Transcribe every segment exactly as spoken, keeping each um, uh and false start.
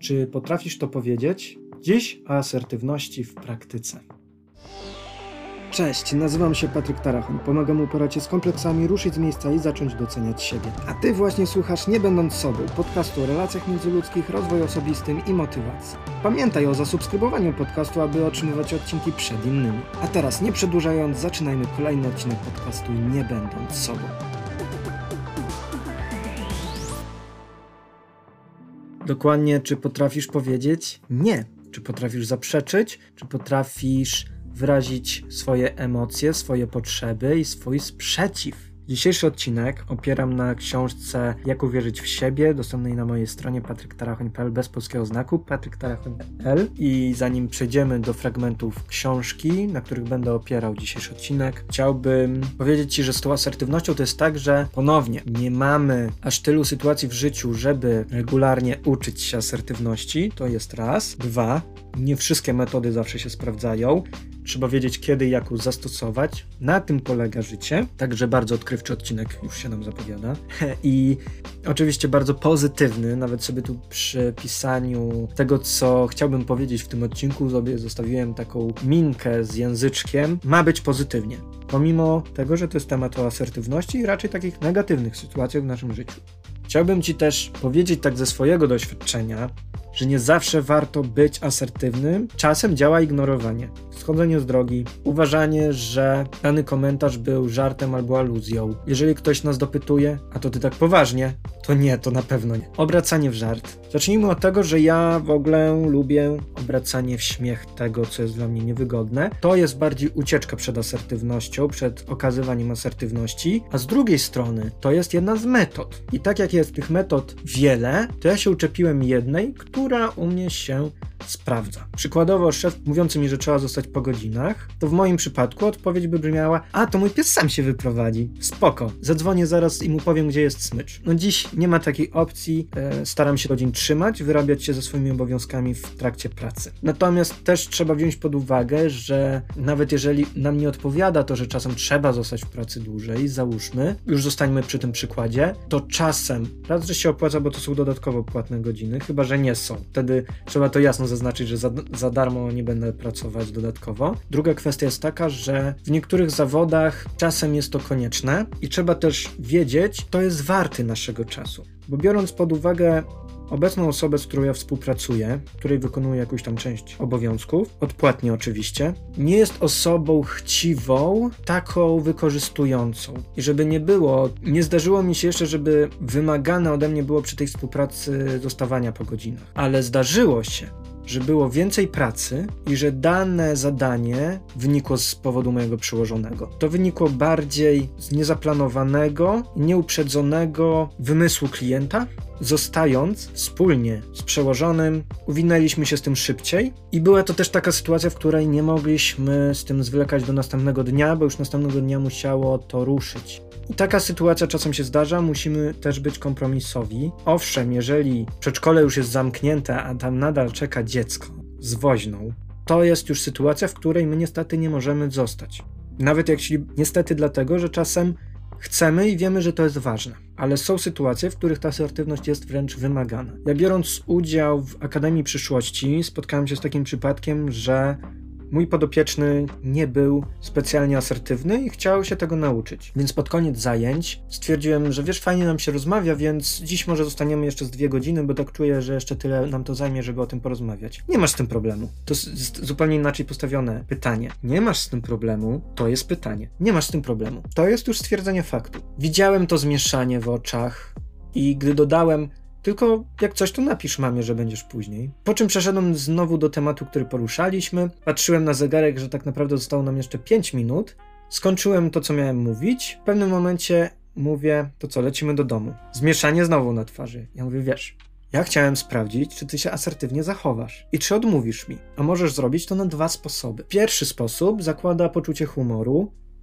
Czy potrafisz to powiedzieć? Dziś o asertywności w praktyce. Cześć, nazywam się Patryk Tarachon. Pomagam uporać się z kompleksami, ruszyć z miejsca i zacząć doceniać siebie. A Ty właśnie słuchasz Nie Będąc Sobą, podcastu o relacjach międzyludzkich, rozwoju osobistym i motywacji. Pamiętaj o zasubskrybowaniu podcastu, aby otrzymywać odcinki przed innymi. A teraz, nie przedłużając, zaczynajmy kolejny odcinek podcastu Nie Będąc Sobą. Dokładnie, czy potrafisz powiedzieć nie? Czy potrafisz zaprzeczyć? Czy potrafisz wyrazić swoje emocje, swoje potrzeby i swój sprzeciw? Dzisiejszy odcinek opieram na książce Jak uwierzyć w siebie, dostępnej na mojej stronie patryk tarachoń kropka p l bez polskiego znaku, patryk tarachoń kropka p l. I zanim przejdziemy do fragmentów książki, na których będę opierał dzisiejszy odcinek, chciałbym powiedzieć Ci, że z tą asertywnością to jest tak, że ponownie nie mamy aż tylu sytuacji w życiu, żeby regularnie uczyć się asertywności. To jest raz. Dwa. Nie wszystkie metody zawsze się sprawdzają. Trzeba wiedzieć, kiedy i jak ją zastosować. Na tym polega życie. Także bardzo odkrywczy odcinek już się nam zapowiada. I oczywiście bardzo pozytywny. Nawet sobie tu przy pisaniu tego, co chciałbym powiedzieć w tym odcinku, sobie zostawiłem taką minkę z języczkiem. Ma być pozytywnie. Pomimo tego, że to jest temat o asertywności i raczej takich negatywnych sytuacjach w naszym życiu. Chciałbym Ci też powiedzieć tak ze swojego doświadczenia, że nie zawsze warto być asertywnym. Czasem działa ignorowanie, schodzenie z drogi, uważanie, że dany komentarz był żartem albo aluzją. Jeżeli ktoś nas dopytuje, a to ty tak poważnie, to nie, to na pewno nie. Obracanie w żart. Zacznijmy od tego, że ja w ogóle lubię obracanie w śmiech tego, co jest dla mnie niewygodne. To jest bardziej ucieczka przed asertywnością, przed okazywaniem asertywności, a z drugiej strony to jest jedna z metod. I tak jak jest tych metod wiele, to ja się uczepiłem jednej, która u mnie się sprawdza. Przykładowo szef mówiący mi, że trzeba zostać po godzinach, to w moim przypadku odpowiedź by brzmiała: a to mój pies sam się wyprowadzi. Spoko. Zadzwonię zaraz i mu powiem, gdzie jest smycz. No dziś nie ma takiej opcji. E, staram się godzin trzymać, wyrabiać się ze swoimi obowiązkami w trakcie pracy. Natomiast też trzeba wziąć pod uwagę, że nawet jeżeli nam nie odpowiada to, że czasem trzeba zostać w pracy dłużej, załóżmy, już zostańmy przy tym przykładzie, to czasem, raz, że się opłaca, bo to są dodatkowo płatne godziny, chyba że nie są. Wtedy trzeba to jasno zaznaczyć, że za, za darmo nie będę pracować dodatkowo. Druga kwestia jest taka, że w niektórych zawodach czasem jest to konieczne i trzeba też wiedzieć, to jest warty naszego czasu. Bo biorąc pod uwagę obecną osobę, z którą ja współpracuję, której wykonuję jakąś tam część obowiązków, odpłatnie oczywiście, nie jest osobą chciwą, taką wykorzystującą. I żeby nie było, nie zdarzyło mi się jeszcze, żeby wymagane ode mnie było przy tej współpracy dostawania po godzinach. Ale zdarzyło się, że było więcej pracy i że dane zadanie wynikło z powodu mojego przełożonego. To wynikło bardziej z niezaplanowanego, nieuprzedzonego wymysłu klienta. Zostając wspólnie z przełożonym, uwinęliśmy się z tym szybciej i była to też taka sytuacja, w której nie mogliśmy z tym zwlekać do następnego dnia, bo już następnego dnia musiało to ruszyć. I taka sytuacja czasem się zdarza, musimy też być kompromisowi. Owszem, jeżeli przedszkole już jest zamknięte, a tam nadal czeka dziecko z woźną, to jest już sytuacja, w której my niestety nie możemy zostać. Nawet jeśli niestety dlatego, że czasem chcemy i wiemy, że to jest ważne, ale są sytuacje, w których ta asertywność jest wręcz wymagana. Ja biorąc udział w Akademii Przyszłości spotkałem się z takim przypadkiem, że mój podopieczny nie był specjalnie asertywny i chciał się tego nauczyć. Więc pod koniec zajęć stwierdziłem, że wiesz, fajnie nam się rozmawia, więc dziś może zostaniemy jeszcze z dwie godziny, bo tak czuję, że jeszcze tyle nam to zajmie, żeby o tym porozmawiać. Nie masz z tym problemu. To jest zupełnie inaczej postawione pytanie. Nie masz z tym problemu, to jest pytanie. Nie masz z tym problemu. To jest już stwierdzenie faktu. Widziałem to zmieszanie w oczach i gdy dodałem: tylko jak coś, to napisz mamie, że będziesz później. Po czym przeszedłem znowu do tematu, który poruszaliśmy. Patrzyłem na zegarek, że tak naprawdę zostało nam jeszcze pięć minut. Skończyłem to, co miałem mówić. W pewnym momencie mówię: to co, lecimy do domu. Zmieszanie znowu na twarzy. Ja mówię: wiesz, ja chciałem sprawdzić, czy ty się asertywnie zachowasz i czy odmówisz mi. A możesz zrobić to na dwa sposoby. Pierwszy sposób zakłada poczucie humoru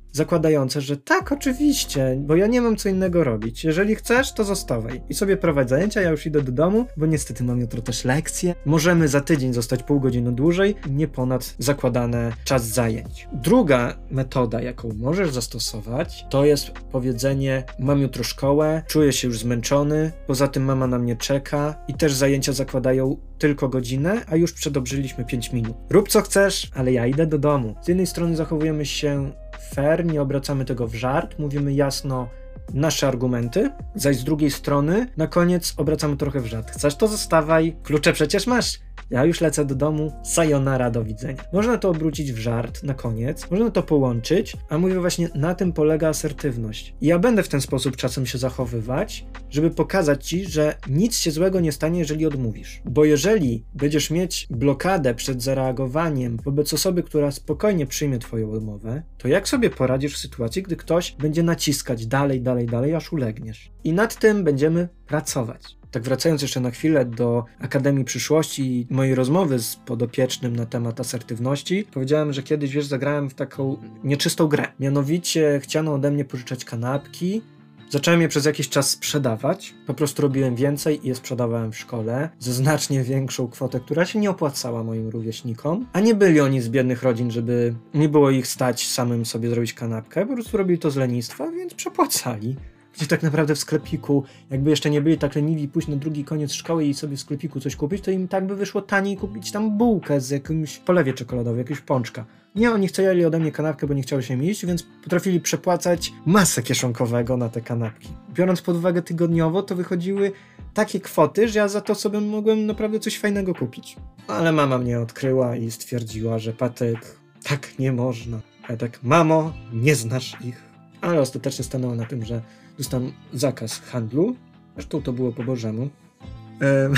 zakładające, że tak, oczywiście, bo ja nie mam co innego robić. Jeżeli chcesz, to zostawaj. I sobie prowadź zajęcia, ja już idę do domu, bo niestety mam jutro też lekcje. Możemy za tydzień zostać pół godziny dłużej, nie ponad zakładany czas zajęć. Druga metoda, jaką możesz zastosować, to jest powiedzenie: mam jutro szkołę, czuję się już zmęczony, poza tym mama na mnie czeka i też zajęcia zakładają tylko godzinę, a już przedobrzyliśmy pięć minut. Rób co chcesz, ale ja idę do domu. Z jednej strony zachowujemy się fair, nie obracamy tego w żart, mówimy jasno nasze argumenty, zaś z drugiej strony na koniec obracamy trochę w żart. Chcesz, to zostawaj, klucze przecież masz. Ja już lecę do domu, sayonara, do widzenia. Można to obrócić w żart na koniec, można to połączyć, a mówię właśnie, na tym polega asertywność. I ja będę w ten sposób czasem się zachowywać, żeby pokazać ci, że nic się złego nie stanie, jeżeli odmówisz. Bo jeżeli będziesz mieć blokadę przed zareagowaniem wobec osoby, która spokojnie przyjmie twoją odmowę, to jak sobie poradzisz w sytuacji, gdy ktoś będzie naciskać dalej, dalej, dalej, aż ulegniesz. I nad tym będziemy pracować. Tak wracając jeszcze na chwilę do Akademii Przyszłości i mojej rozmowy z podopiecznym na temat asertywności, powiedziałem, że kiedyś, wiesz, zagrałem w taką nieczystą grę. Mianowicie chciano ode mnie pożyczać kanapki. Zacząłem je przez jakiś czas sprzedawać. Po prostu robiłem więcej i je sprzedawałem w szkole za znacznie większą kwotę, która się nie opłacała moim rówieśnikom. A nie byli oni z biednych rodzin, żeby nie było ich stać samym sobie zrobić kanapkę. Po prostu robili to z lenistwa, więc przepłacali. Gdzie tak naprawdę w sklepiku, jakby jeszcze nie byli tak leniwi pójść na drugi koniec szkoły i sobie w sklepiku coś kupić, to im tak by wyszło taniej kupić tam bułkę z jakimś polewie czekoladowym, jakiegoś pączka. Nie, oni chcieli ode mnie kanapkę, bo nie chciało się im iść, więc potrafili przepłacać masę kieszonkowego na te kanapki. Biorąc pod uwagę tygodniowo, to wychodziły takie kwoty, że ja za to sobie mogłem naprawdę coś fajnego kupić. Ale mama mnie odkryła i stwierdziła, że Patryk, tak nie można. Ja tak: mamo, nie znasz ich. Ale ostatecznie stanęło na tym, że dostałem zakaz handlu. Zresztą to było po Bożemu. Ehm,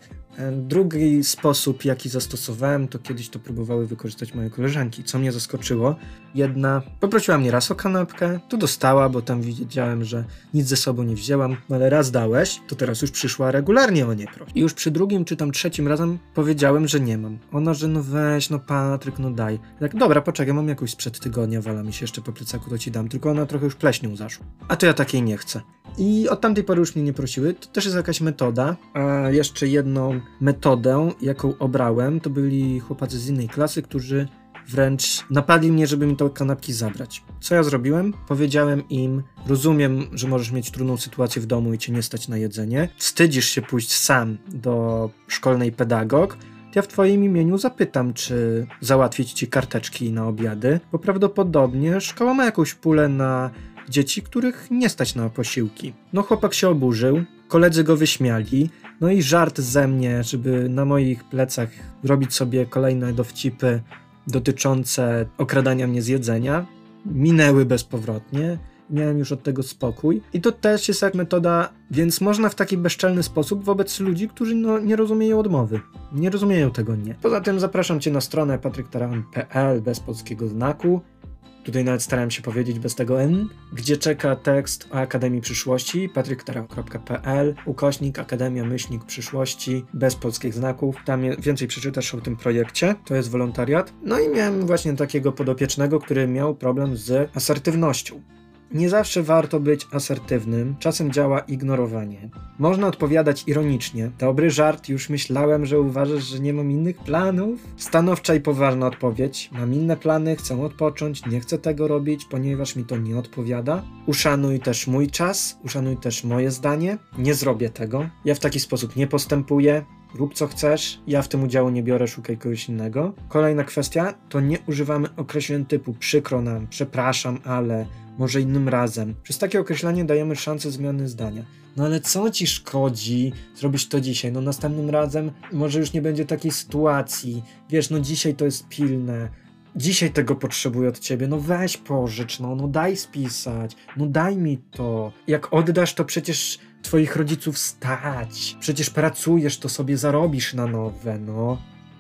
drugi sposób, jaki zastosowałem, to kiedyś to próbowały wykorzystać moje koleżanki. Co mnie zaskoczyło, jedna poprosiła mnie raz o kanapkę, to dostała, bo tam widziałem, że nic ze sobą nie wzięłam, ale raz dałeś, to teraz już przyszła regularnie o nie prosić. I już przy drugim czy tam trzecim razem powiedziałem, że nie mam. Ona, że no weź, no Patryk, no daj. Tak, dobra, poczekaj, mam jakąś sprzed tygodnia, wala mi się jeszcze po plecaku, to ci dam, tylko ona trochę już pleśnią zaszła. A to ja takiej nie chcę. I od tamtej pory już mnie nie prosiły. To też jest jakaś metoda. A jeszcze jedną metodę, jaką obrałem, to byli chłopacy z innej klasy, którzy wręcz napadli mnie, żeby mi te kanapki zabrać. Co ja zrobiłem? Powiedziałem im: rozumiem, że możesz mieć trudną sytuację w domu i cię nie stać na jedzenie. Wstydzisz się pójść sam do szkolnej pedagog. Ja w twoim imieniu zapytam, czy załatwić ci karteczki na obiady, bo prawdopodobnie szkoła ma jakąś pulę na dzieci, których nie stać na posiłki. No chłopak się oburzył, koledzy go wyśmiali, no i żart ze mnie, żeby na moich plecach robić sobie kolejne dowcipy dotyczące okradania mnie z jedzenia, minęły bezpowrotnie. Miałem już od tego spokój. I to też jest jak metoda, więc można w taki bezczelny sposób wobec ludzi, którzy no, nie rozumieją odmowy. Nie rozumieją tego nie. Poza tym zapraszam cię na stronę patryk tarawan kropka p l bez polskiego znaku. Tutaj nawet starałem się powiedzieć bez tego N, gdzie czeka tekst o Akademii Przyszłości, patryk tarawan kropka p l, ukośnik Akademia Myślnik Przyszłości, bez polskich znaków. Tam więcej przeczytasz o tym projekcie, to jest wolontariat. No i miałem właśnie takiego podopiecznego, który miał problem z asertywnością. Nie zawsze warto być asertywnym, czasem działa ignorowanie. Można odpowiadać ironicznie. Dobry żart, już myślałem, że uważasz, że nie mam innych planów. Stanowcza i poważna odpowiedź. Mam inne plany, chcę odpocząć, nie chcę tego robić, ponieważ mi to nie odpowiada. Uszanuj też mój czas, uszanuj też moje zdanie. Nie zrobię tego. Ja w taki sposób nie postępuję. Rób co chcesz, ja w tym udziału nie biorę, szukaj kogoś innego. Kolejna kwestia, to nie używamy określeń typu przykro nam, przepraszam, ale, może innym razem. Przez takie określenie dajemy szansę zmiany zdania. No ale co ci szkodzi zrobić to dzisiaj? No następnym razem może już nie będzie takiej sytuacji. Wiesz, no dzisiaj to jest pilne. Dzisiaj tego potrzebuję od ciebie. No weź pożycz, no, no daj spisać. No daj mi to. Jak oddasz, to przecież twoich rodziców stać. Przecież pracujesz, to sobie zarobisz na nowe, no.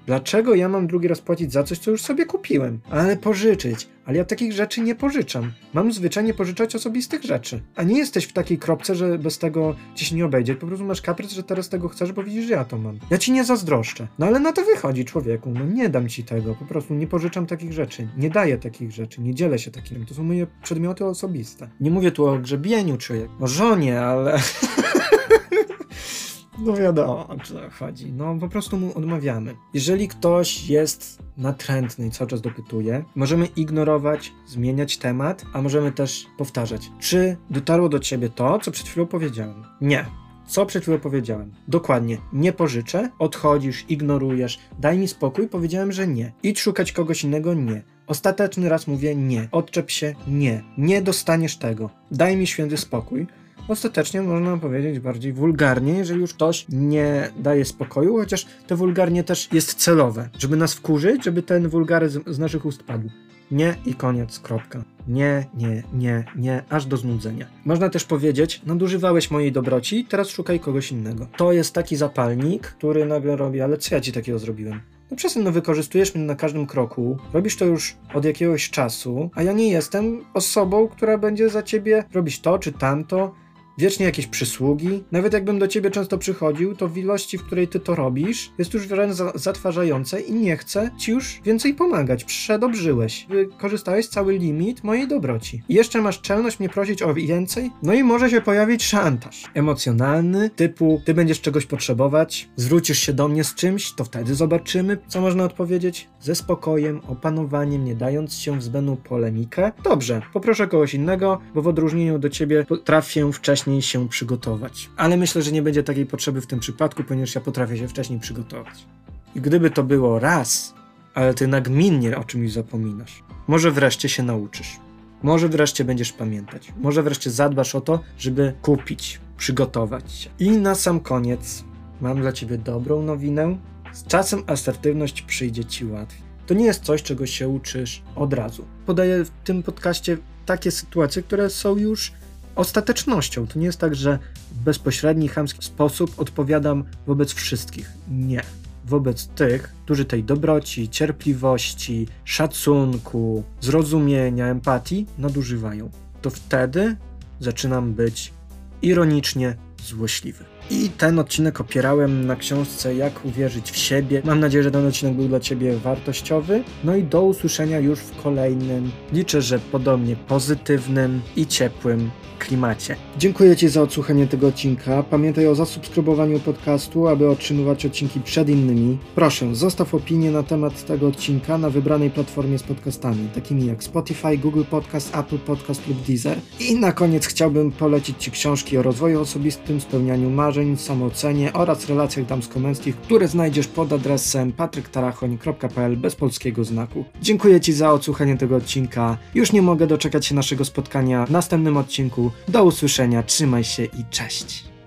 Dlaczego ja mam drugi raz płacić za coś, co już sobie kupiłem? Ale pożyczyć. Ale ja takich rzeczy nie pożyczam. Mam zwyczaj nie pożyczać osobistych rzeczy. A nie jesteś w takiej kropce, że bez tego ci się nie obejdzie. Po prostu masz kaprys, że teraz tego chcesz, bo widzisz, że ja to mam. Ja ci nie zazdroszczę. No ale na to wychodzi, człowieku. No nie dam ci tego. Po prostu nie pożyczam takich rzeczy. Nie daję takich rzeczy. Nie dzielę się takim. To są moje przedmioty osobiste. Nie mówię tu o grzebieniu, czy o żonie, ale... No wiadomo, o co chodzi. No po prostu mu odmawiamy. Jeżeli ktoś jest natrętny i cały czas dopytuje, możemy ignorować, zmieniać temat, a możemy też powtarzać. Czy dotarło do ciebie to, co przed chwilą powiedziałem? Nie. Co przed chwilą powiedziałem? Dokładnie. Nie pożyczę, odchodzisz, ignorujesz, daj mi spokój, powiedziałem, że nie. Idź szukać kogoś innego? Nie. Ostateczny raz mówię nie. Odczep się? Nie. Nie dostaniesz tego. Daj mi święty spokój. Ostatecznie można powiedzieć bardziej wulgarnie, jeżeli już ktoś nie daje spokoju, chociaż to wulgarnie też jest celowe, żeby nas wkurzyć, żeby ten wulgaryzm z naszych ust padł. Nie i koniec, kropka. Nie, nie, nie, nie, aż do znudzenia. Można też powiedzieć, nadużywałeś mojej dobroci, teraz szukaj kogoś innego. To jest taki zapalnik, który nagle robi, ale co ja ci takiego zrobiłem? No przestań, no wykorzystujesz mnie na każdym kroku, robisz to już od jakiegoś czasu, a ja nie jestem osobą, która będzie za ciebie robić to czy tamto, wiecznie jakieś przysługi. Nawet jakbym do ciebie często przychodził, to w ilości, w której ty to robisz, jest już wręcz za- zatrważające i nie chcę ci już więcej pomagać. Przedobrzyłeś. Wykorzystałeś cały limit mojej dobroci. I jeszcze masz czelność mnie prosić o więcej? No i może się pojawić szantaż emocjonalny, typu ty będziesz czegoś potrzebować, zwrócisz się do mnie z czymś, to wtedy zobaczymy, co można odpowiedzieć. Ze spokojem, opanowaniem, nie dając się w zbędną polemikę. Dobrze, poproszę kogoś innego, bo w odróżnieniu do ciebie potrafię wcześniej się przygotować. Ale myślę, że nie będzie takiej potrzeby w tym przypadku, ponieważ ja potrafię się wcześniej przygotować. I gdyby to było raz, ale ty nagminnie o czymś zapominasz, może wreszcie się nauczysz. Może wreszcie będziesz pamiętać. Może wreszcie zadbasz o to, żeby kupić, przygotować się. I na sam koniec mam dla ciebie dobrą nowinę. Z czasem asertywność przyjdzie ci łatwiej. To nie jest coś, czego się uczysz od razu. Podaję w tym podcaście takie sytuacje, które są już ostatecznością. To nie jest tak, że w bezpośredni, chamski sposób odpowiadam wobec wszystkich. Nie. Wobec tych, którzy tej dobroci, cierpliwości, szacunku, zrozumienia, empatii nadużywają. To wtedy zaczynam być ironicznie złośliwy. I ten odcinek opierałem na książce Jak uwierzyć w siebie. Mam nadzieję, że ten odcinek był dla ciebie wartościowy. No i do usłyszenia już w kolejnym, liczę, że podobnie pozytywnym i ciepłym klimacie. Dziękuję ci za odsłuchanie tego odcinka. Pamiętaj o zasubskrybowaniu podcastu, aby otrzymywać odcinki przed innymi. Proszę, zostaw opinię na temat tego odcinka na wybranej platformie z podcastami, takimi jak Spotify, Google Podcast, Apple Podcast lub Deezer. I na koniec chciałbym polecić ci książki o rozwoju osobistym, spełnianiu marzeń, samoocenie oraz relacjach damsko-męskich, które znajdziesz pod adresem patryk tarachoń kropka p l bez polskiego znaku. Dziękuję ci za odsłuchanie tego odcinka. Już nie mogę doczekać się naszego spotkania w następnym odcinku. Do usłyszenia, trzymaj się i cześć!